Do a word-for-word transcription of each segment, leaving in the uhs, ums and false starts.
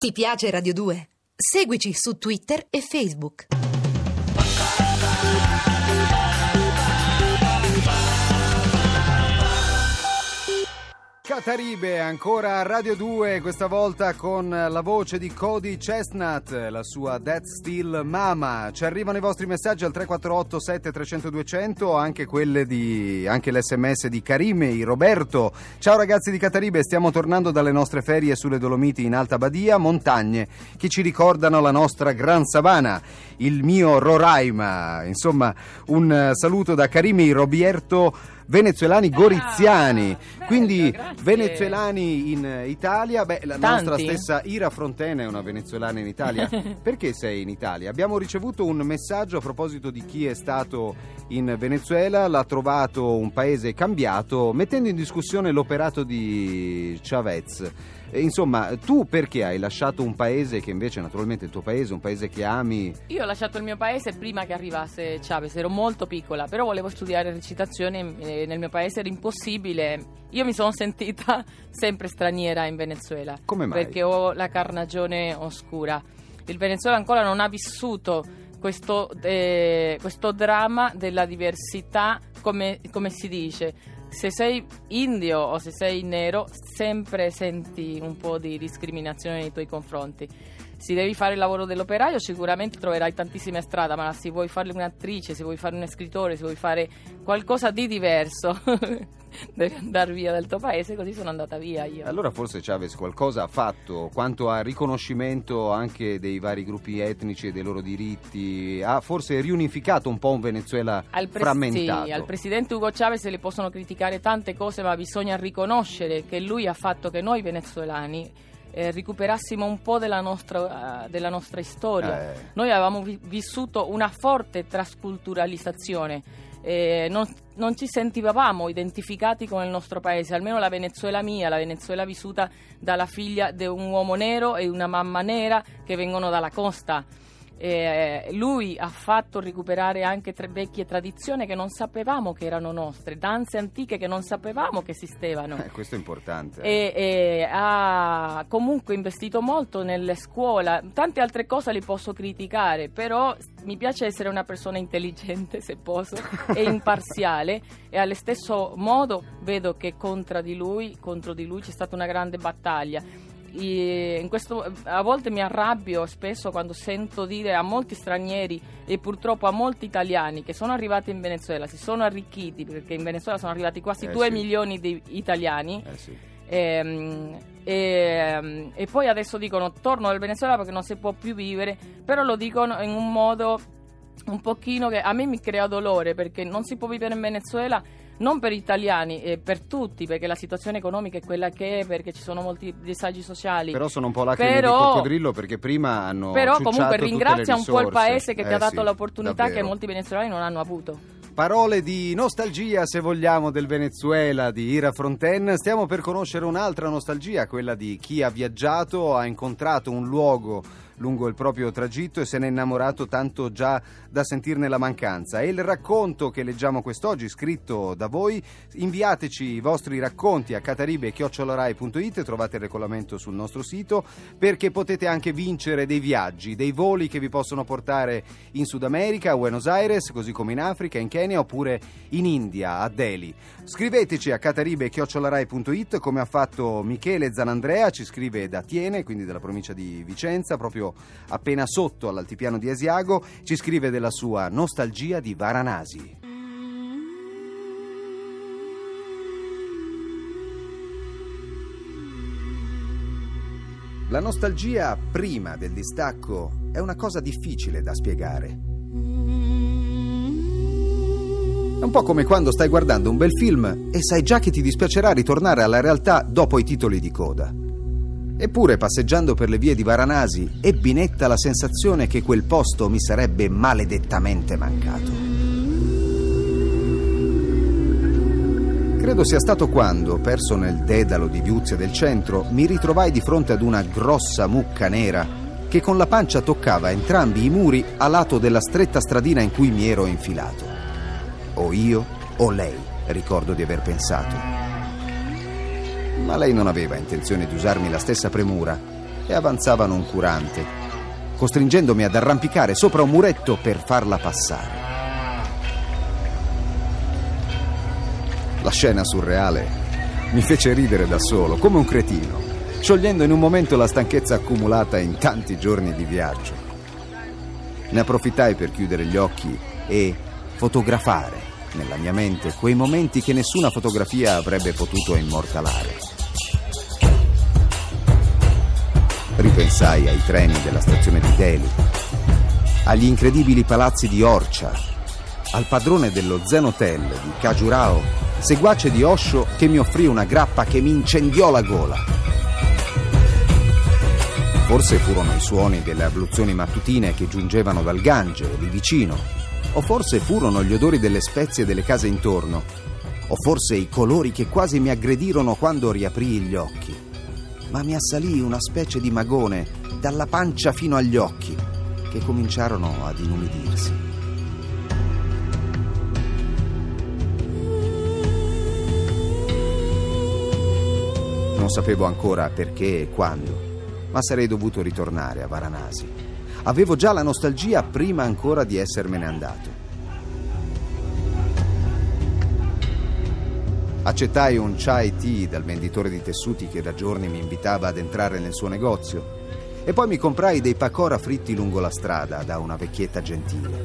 Ti piace Radio due? Seguici su Twitter e Facebook. Cataribe ancora a Radio due, questa volta con la voce di Cody Chestnut, la sua Death Still Mama. Ci arrivano i vostri messaggi al tre quattro otto sette tre zero zero due zero zero, anche quelle di anche l'esse emme esse di Karimei, Roberto. Ciao ragazzi di Cataribe, stiamo tornando dalle nostre ferie sulle Dolomiti in Alta Badia, montagne che ci ricordano la nostra Gran Savana, il mio Roraima. Insomma, un saluto da Karimei, Roberto, venezuelani goriziani, ah, quindi bello, venezuelani in Italia. Beh, la Tanti. nostra stessa Ira Fronten è una venezuelana in Italia. Perché sei in Italia? Abbiamo ricevuto un messaggio a proposito di chi è stato in Venezuela, l'ha trovato un paese cambiato, mettendo in discussione l'operato di Chavez. E, insomma, tu perché hai lasciato un paese che invece naturalmente è il tuo paese, un paese che ami? Io ho lasciato il mio paese prima che arrivasse Chavez, ero molto piccola, però volevo studiare recitazione e nel mio paese era impossibile. Io mi sono sentita sempre straniera in Venezuela. Come mai? Perché ho la carnagione oscura. Il Venezuela ancora non ha vissuto questo, eh, questo dramma della diversità, come, come si dice. Se sei indio o se sei nero, sempre senti un po' di discriminazione nei tuoi confronti. Se devi fare il lavoro dell'operaio, sicuramente troverai tantissime strade, ma se vuoi fare un'attrice, se vuoi fare un scrittore, se vuoi fare qualcosa di diverso, devi andare via dal tuo paese. Così sono andata via io. Allora forse Chavez qualcosa ha fatto quanto a riconoscimento anche dei vari gruppi etnici e dei loro diritti, ha forse riunificato un po' un Venezuela al pres- frammentato. Sì, al presidente Hugo Chavez le possono criticare tante cose, ma bisogna riconoscere che lui ha fatto che noi venezuelani Eh, recuperassimo un po' della nostra, uh, della nostra storia. Eh. Noi avevamo vi- vissuto una forte trasculturalizzazione, eh, non, non ci sentivamo identificati con il nostro paese, almeno la Venezuela mia, la Venezuela vissuta dalla figlia di un uomo nero e una mamma nera che vengono dalla costa. Eh, lui ha fatto recuperare anche tre vecchie tradizioni che non sapevamo che erano nostre, danze antiche che non sapevamo che esistevano. Eh, questo è importante. E, e ha comunque investito molto nelle scuole. Tante altre cose le posso criticare, però mi piace essere una persona intelligente, se posso, e imparziale, e allo stesso modo vedo che contro di lui, contro di lui c'è stata una grande battaglia. In questo, a volte mi arrabbio spesso quando sento dire a molti stranieri e purtroppo a molti italiani che sono arrivati in Venezuela, si sono arricchiti, perché in Venezuela sono arrivati quasi eh due sì. milioni di italiani, Eh sì. e, e, e poi adesso dicono torno al Venezuela perché non si può più vivere, però lo dicono in un modo un pochino che a me mi crea dolore, perché non si può vivere in Venezuela non per gli italiani, eh, per tutti, perché la situazione economica è quella che è, perché ci sono molti disagi sociali. Però sono un po' lacrime però, di coccodrillo, perché prima hanno Però ciucciato comunque tutte le ringrazia un po' il risorse. paese che eh ti ha dato sì, l'opportunità davvero. che molti venezuelani non hanno avuto. Parole di nostalgia, se vogliamo, del Venezuela di Ira Fronten. Stiamo per conoscere un'altra nostalgia, quella di chi ha viaggiato, ha incontrato un luogo lungo il proprio tragitto e se n'è innamorato tanto già da sentirne la mancanza. È il racconto che leggiamo quest'oggi, scritto da voi. Inviateci i vostri racconti a cataribe chiocciola rai punto it, trovate il regolamento sul nostro sito, perché potete anche vincere dei viaggi, dei voli che vi possono portare in Sud America, a Buenos Aires, così come in Africa, in Kenya, oppure in India, a Delhi. Scriveteci a cataribe chiocciola rai punto it, come ha fatto Michele Zanandrea, ci scrive da Tiene, quindi della provincia di Vicenza, proprio appena sotto all'altipiano di Asiago, ci scrive della sua nostalgia di Varanasi. La nostalgia prima del distacco è una cosa difficile da spiegare. È un po' come quando stai guardando un bel film e sai già che ti dispiacerà ritornare alla realtà dopo i titoli di coda. Eppure, passeggiando per le vie di Varanasi, ebbi netta la sensazione che quel posto mi sarebbe maledettamente mancato. Credo sia stato quando, perso nel dedalo di viuzze del centro, mi ritrovai di fronte ad una grossa mucca nera che con la pancia toccava entrambi i muri a lato della stretta stradina in cui mi ero infilato. O io o lei, ricordo di aver pensato. Ma lei non aveva intenzione di usarmi la stessa premura e avanzava noncurante, costringendomi ad arrampicare sopra un muretto per farla passare. La scena surreale mi fece ridere da solo, come un cretino, sciogliendo in un momento la stanchezza accumulata in tanti giorni di viaggio. Ne approfittai per chiudere gli occhi e fotografare nella mia mente quei momenti che nessuna fotografia avrebbe potuto immortalare. Ripensai ai treni della stazione di Delhi, agli incredibili palazzi di Orcha, al padrone dello Zen Hotel di Khajuraho, seguace di Osho che mi offrì una grappa che mi incendiò la gola. Forse furono i suoni delle abluzioni mattutine che giungevano dal Gange, lì vicino, o forse furono gli odori delle spezie delle case intorno, o forse i colori che quasi mi aggredirono quando riaprii gli occhi. Ma mi assalì una specie di magone dalla pancia fino agli occhi, che cominciarono ad inumidirsi. Non sapevo ancora perché e quando, ma sarei dovuto ritornare a Varanasi. Avevo già la nostalgia prima ancora di essermene andato. Accettai un chai tea dal venditore di tessuti che da giorni mi invitava ad entrare nel suo negozio e poi mi comprai dei pakora fritti lungo la strada da una vecchietta gentile.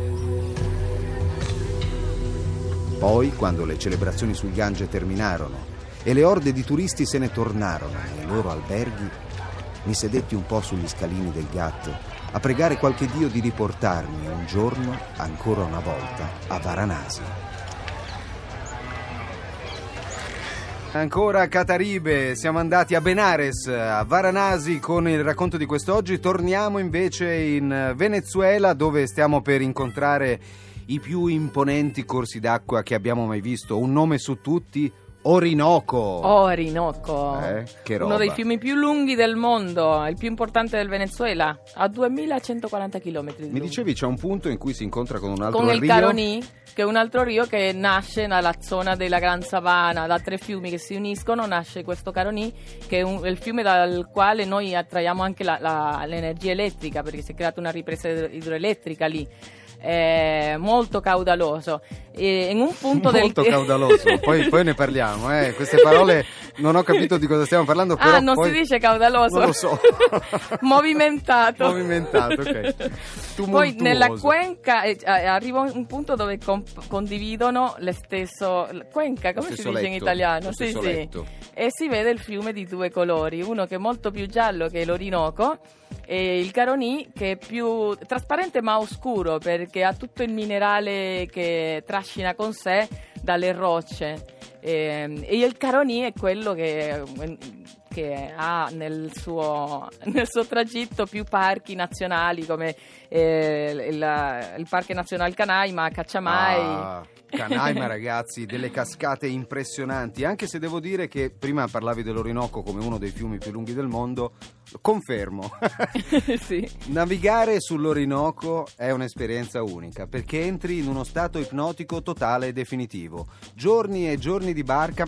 Poi, quando le celebrazioni sul Gange terminarono e le orde di turisti se ne tornarono nei loro alberghi, mi sedetti un po' sugli scalini del Ghat a pregare qualche dio di riportarmi un giorno, ancora una volta, a Varanasi. Ancora a Cataribe, siamo andati a Benares, a Varanasi con il racconto di quest'oggi. Torniamo invece in Venezuela, dove stiamo per incontrare i più imponenti corsi d'acqua che abbiamo mai visto. Un nome su tutti: Orinoco. Orinoco, eh, che roba. Uno dei fiumi più lunghi del mondo, il più importante del Venezuela, a duemilacentoquaranta chilometri. Mi dicevi c'è un punto in cui si incontra con un altro con rio. il Caroní, che è un altro rio che nasce dalla zona della Gran Sabana, da tre fiumi che si uniscono nasce questo Caroní, che è, un, è il fiume dal quale noi attraiamo anche la, la, l'energia elettrica, perché si è creata una ripresa idroelettrica lì. È molto caudaloso e in un punto molto del... caudaloso poi, poi ne parliamo, eh. Queste parole non ho capito di cosa stiamo parlando, però ah non poi... si dice caudaloso, non lo so. movimentato movimentato ok. Poi nella cuenca eh, arriva un punto dove comp- condividono lo stesso cuenca, come si dice letto, in italiano, sì, sì. Letto. E si vede il fiume di due colori, uno che è molto più giallo, che è l'Orinoco, e il Caroní, che è più trasparente ma oscuro, perché ha tutto il minerale che trascina con sé dalle rocce, e, e il Caroní è quello che, che ha nel suo, nel suo tragitto più parchi nazionali, come eh, il, il Parco Nazionale Canaima, Cacciamai. Ah. Canaima, ragazzi, delle cascate impressionanti, anche se devo dire che prima parlavi dell'Orinoco come uno dei fiumi più lunghi del mondo, confermo. Sì. Navigare sull'Orinoco è un'esperienza unica, perché entri in uno stato ipnotico totale e definitivo. Giorni e giorni di barca,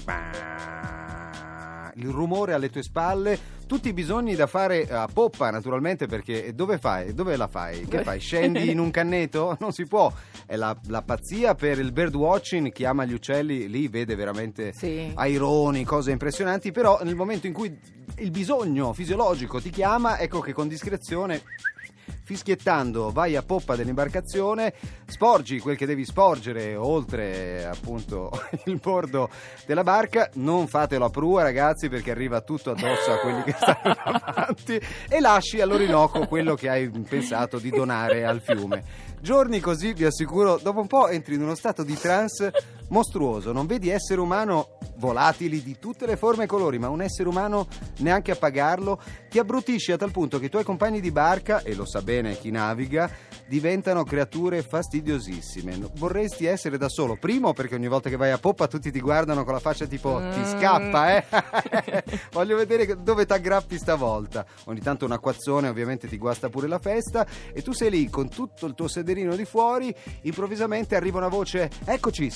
il rumore alle tue spalle, tutti i bisogni da fare a poppa, naturalmente, perché dove fai? Dove la fai? Che fai? Scendi in un canneto? Non si può. È la, la pazzia per il bird watching. Chi ama gli uccelli lì vede veramente sì. aironi, cose impressionanti, però nel momento in cui il bisogno fisiologico ti chiama, ecco che con discrezione, fischiettando, vai a poppa dell'imbarcazione, sporgi quel che devi sporgere oltre appunto il bordo della barca. Non fatelo a prua, ragazzi, perché arriva tutto addosso a quelli che stanno davanti, e lasci all'Orinoco quello che hai pensato di donare al fiume. Giorni così, vi assicuro, dopo un po' entri in uno stato di trance mostruoso. Non vedi essere umano, volatili di tutte le forme e colori, ma un essere umano neanche a pagarlo. Ti abbrutisci a tal punto che i tuoi compagni di barca, e lo sa bene chi naviga, diventano creature fastidiosissime. Vorresti essere da solo, primo perché ogni volta che vai a poppa tutti ti guardano con la faccia tipo ti scappa, eh voglio vedere dove t'aggrappi stavolta. Ogni tanto un acquazzone ovviamente ti guasta pure la festa, e tu sei lì con tutto il tuo sederino di fuori. Improvvisamente arriva una voce: eccoci, siamo arrivati.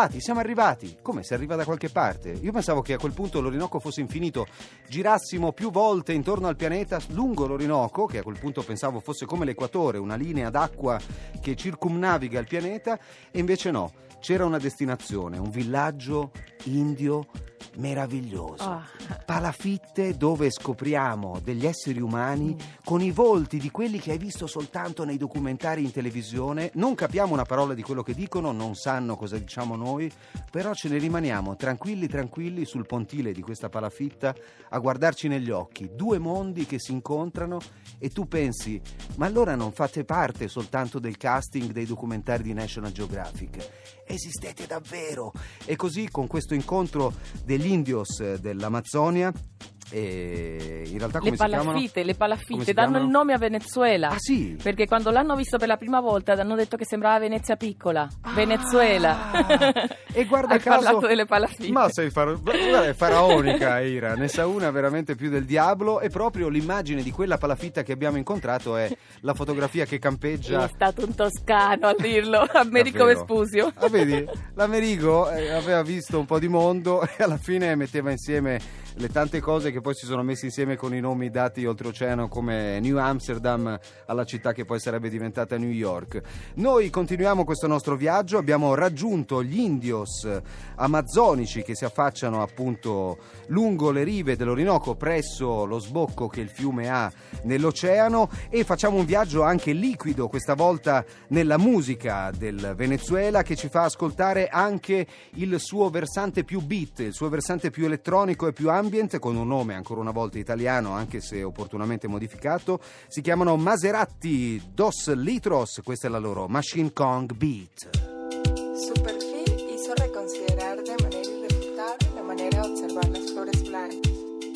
arrivati, siamo arrivati. Come, si arriva da qualche parte? Io pensavo che a quel punto l'Orinoco fosse infinito, girassimo più volte intorno al pianeta lungo l'Orinoco, che a quel punto pensavo fosse come l'equatore, una linea d'acqua che circumnaviga il pianeta, e invece no, c'era una destinazione, un villaggio indio meraviglioso. Oh. Palafitte dove scopriamo degli esseri umani mm. con i volti di quelli che hai visto soltanto nei documentari in televisione. Non capiamo una parola di quello che dicono, non sanno cosa diciamo noi, però ce ne rimaniamo tranquilli tranquilli sul pontile di questa palafitta a guardarci negli occhi, due mondi che si incontrano, e tu pensi: ma allora non fate parte soltanto del casting dei documentari di National Geographic, esistete davvero. E così, con questo incontro degli indios dell'Amazzonia, e in realtà come le si chiamano? palafitte, le palafitte si danno chiamano? il nome a Venezuela. Ah sì? Perché quando l'hanno visto per la prima volta hanno detto che sembrava Venezia piccola. Ah, Venezuela. E guarda Hai caso, parlato delle palafitte. ma sei faro... guarda, è faraonica Ira, ne sa una veramente più del diavolo. E proprio l'immagine di quella palafitta che abbiamo incontrato è la fotografia che campeggia. È stato un toscano a dirlo, Americo Davvero? Vespusio. Ah, vedi? L'Americo eh, aveva visto un po' di mondo e alla fine metteva insieme le tante cose che poi si sono messe insieme con i nomi dati oltreoceano, come New Amsterdam alla città che poi sarebbe diventata New York. Noi continuiamo questo nostro viaggio, abbiamo raggiunto gli indios amazzonici che si affacciano appunto lungo le rive dell'Orinoco, presso lo sbocco che il fiume ha nell'oceano, e facciamo un viaggio anche liquido, questa volta nella musica del Venezuela, che ci fa ascoltare anche il suo versante più beat, il suo versante più elettronico e più ambient, con un nome ancora una volta italiano, anche se opportunamente modificato. Si chiamano Maserati Dos Litros, questa è la loro Machine Kong Beat. Su perfil hizo reconsiderar de manera irrefutable la manera de observar las flores blancas.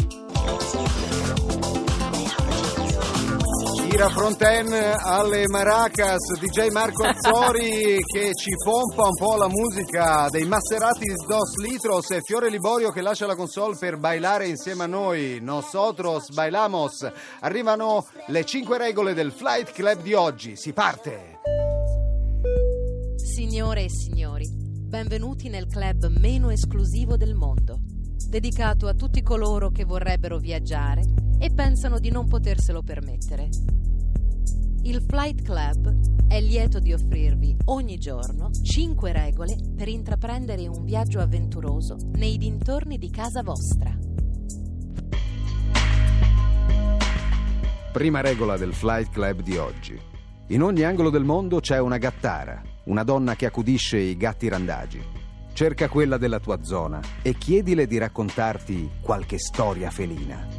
Ira Fronten alle maracas, D J Marco Azzori che ci pompa un po' la musica dei Maserati Dos Litros, e Fiore Liborio che lascia la console per bailare insieme a noi. Nosotros bailamos. Arrivano le cinque regole del Flight Club di oggi. Si parte! Signore e signori, benvenuti nel club meno esclusivo del mondo, dedicato a tutti coloro che vorrebbero viaggiare e pensano di non poterselo permettere. Il Flight Club è lieto di offrirvi ogni giorno cinque regole per intraprendere un viaggio avventuroso nei dintorni di casa vostra. Prima regola del Flight Club di oggi. In ogni angolo del mondo c'è una gattara, una donna che accudisce i gatti randagi. Cerca quella della tua zona e chiedile di raccontarti qualche storia felina.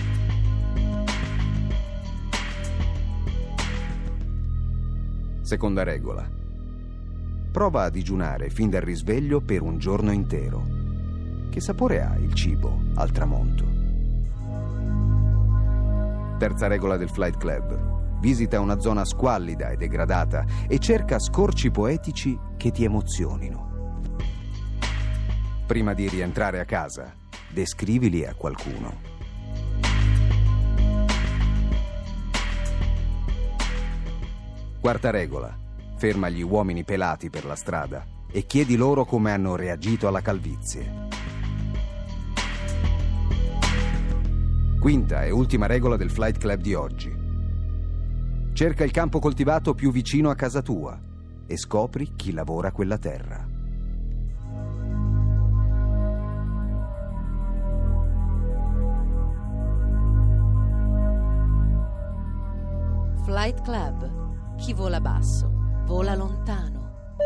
Seconda regola. Prova a digiunare fin dal risveglio per un giorno intero. Che sapore ha il cibo al tramonto? Terza regola del Flight Club. Visita una zona squallida e degradata e cerca scorci poetici che ti emozionino. Prima di rientrare a casa, descrivili a qualcuno. Quarta regola. Ferma gli uomini pelati per la strada e chiedi loro come hanno reagito alla calvizie. Quinta e ultima regola del Flight Club di oggi. Cerca il campo coltivato più vicino a casa tua e scopri chi lavora quella terra. Flight Club. Chi vola basso, vola lontano.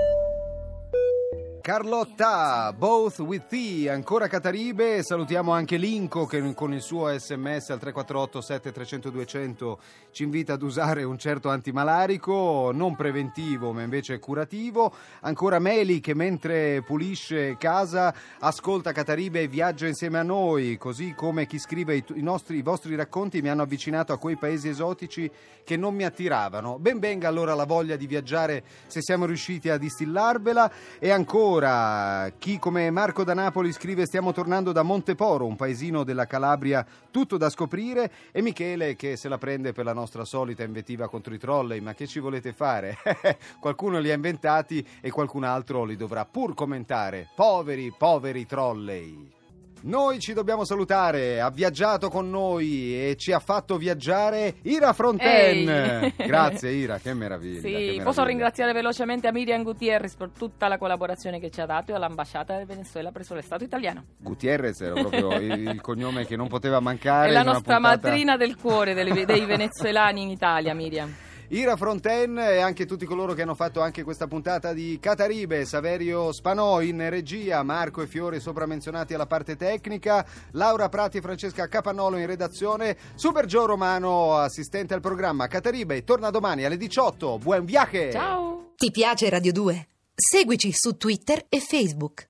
Carlotta, Both With Thee, ancora Cataribe. Salutiamo anche Linco che con il suo sms al tre quattro otto sette tre zero zero due zero zero ci invita ad usare un certo antimalarico, non preventivo ma invece curativo. Ancora Meli che mentre pulisce casa ascolta Cataribe e viaggia insieme a noi, così come chi scrive i, i, nostri, i vostri racconti mi hanno avvicinato a quei paesi esotici che non mi attiravano. Ben venga allora la voglia di viaggiare se siamo riusciti a distillarvela. E ancora Allora, chi come Marco da Napoli scrive: stiamo tornando da Monteporo, un paesino della Calabria tutto da scoprire, e Michele che se la prende per la nostra solita invettiva contro i trolley. Ma che ci volete fare? Qualcuno li ha inventati e qualcun altro li dovrà pur commentare. Poveri, poveri trolley. Noi ci dobbiamo salutare. Ha viaggiato con noi e ci ha fatto viaggiare Ira Fronten. Grazie Ira, che meraviglia, sì, che meraviglia. Posso ringraziare velocemente a Miriam Gutierrez per tutta la collaborazione che ci ha dato e all'ambasciata del Venezuela presso lo Stato italiano. Gutierrez era proprio il, il cognome che non poteva mancare. È la in una nostra puntata... madrina del cuore dei, dei venezuelani in Italia, Miriam. Ira Fronten e anche tutti coloro che hanno fatto anche questa puntata di Cataribe, Saverio Spanò in regia, Marco e Fiori sopramenzionati alla parte tecnica, Laura Prati e Francesca Capanolo in redazione, Super Gio Romano assistente al programma. Cataribe torna domani alle diciotto. Buon viaggio! Ciao! Ti piace Radio due? Seguici su Twitter e Facebook.